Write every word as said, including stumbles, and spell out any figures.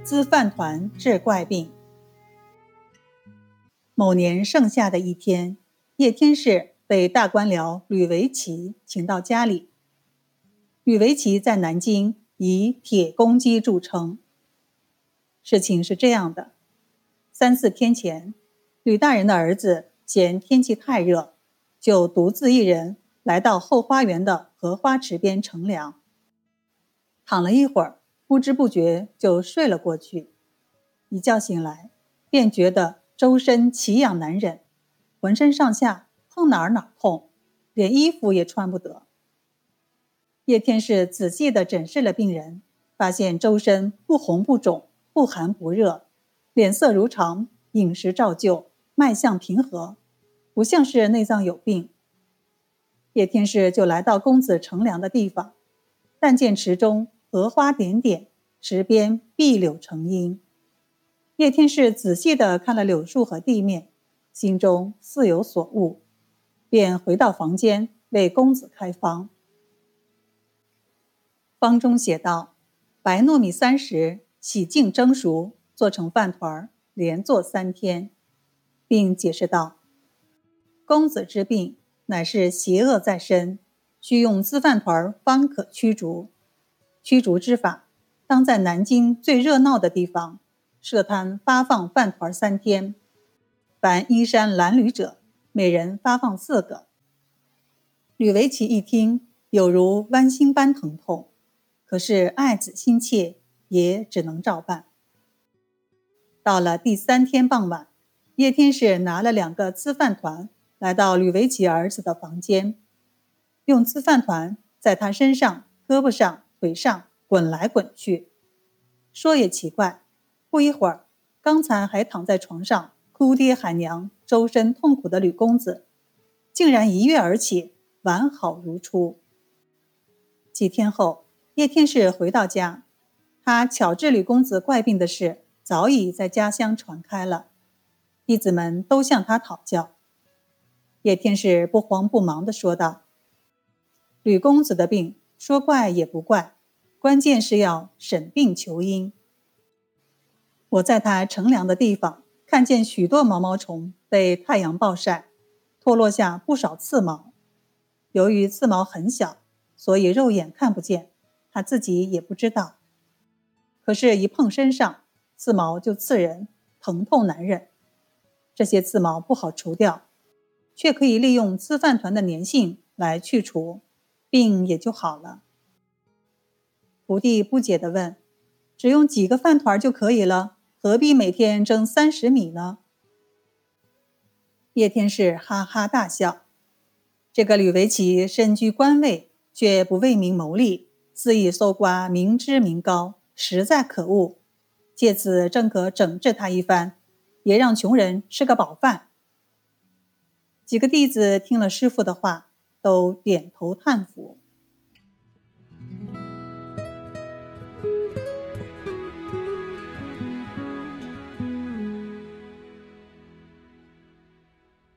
资饭团治怪病。某年盛夏的一天，叶天士被大官僚吕维奇请到家里。吕维奇在南京以铁公鸡著称。事情是这样的，三四天前，吕大人的儿子嫌天气太热，就独自一人来到后花园的荷花池边乘凉。躺了一会儿，不知不觉就睡了过去。一觉醒来，便觉得周身奇痒难忍，浑身上下碰哪儿哪儿痛，连衣服也穿不得。叶天士仔细地诊视了病人，发现周身不红不肿，不寒不热，脸色如常，饮食照旧，脉象平和，不像是内脏有病。叶天士就来到公子乘凉的地方，但见池中荷花点点，池边碧柳成荫。叶天士仔细地看了柳树和地面，心中似有所悟，便回到房间为公子开方。方中写道：白糯米三十，洗净蒸熟，做成饭团，连做三天。并解释道：公子之病乃是邪恶在身，需用资饭团方可驱逐。驱逐之法，当在南京最热闹的地方设摊发放饭团三天，凡衣衫褴褛者，每人发放四个。吕维奇一听，有如剜心般疼痛，可是爱子心切，也只能照办。到了第三天傍晚，叶天士拿了两个资饭团来到吕维奇儿子的房间，用资饭团在他身上、胳膊上、腿上滚来滚去。说也奇怪，不一会儿，刚才还躺在床上哭爹喊娘、周身痛苦的吕公子，竟然一跃而起，完好如初。几天后，叶天士回到家，他巧治吕公子怪病的事早已在家乡传开了，弟子们都向他讨教。叶天士不慌不忙地说道：吕公子的病说怪也不怪，关键是要审病求因。我在他乘凉的地方看见许多毛毛虫被太阳暴晒，脱落下不少刺毛。由于刺毛很小，所以肉眼看不见，他自己也不知道。可是一碰身上，刺毛就刺人，疼痛难忍。这些刺毛不好除掉，却可以利用资饭团的粘性来去除，病也就好了。徒弟不解地问：只用几个饭团就可以了，何必每天蒸三十米呢？叶天士哈哈大笑：这个吕维奇身居官位，却不为民谋利，肆意搜刮民脂民膏，实在可恶。借此正可整治他一番，也让穷人吃个饱饭。几个弟子听了师父的话，都点头叹服。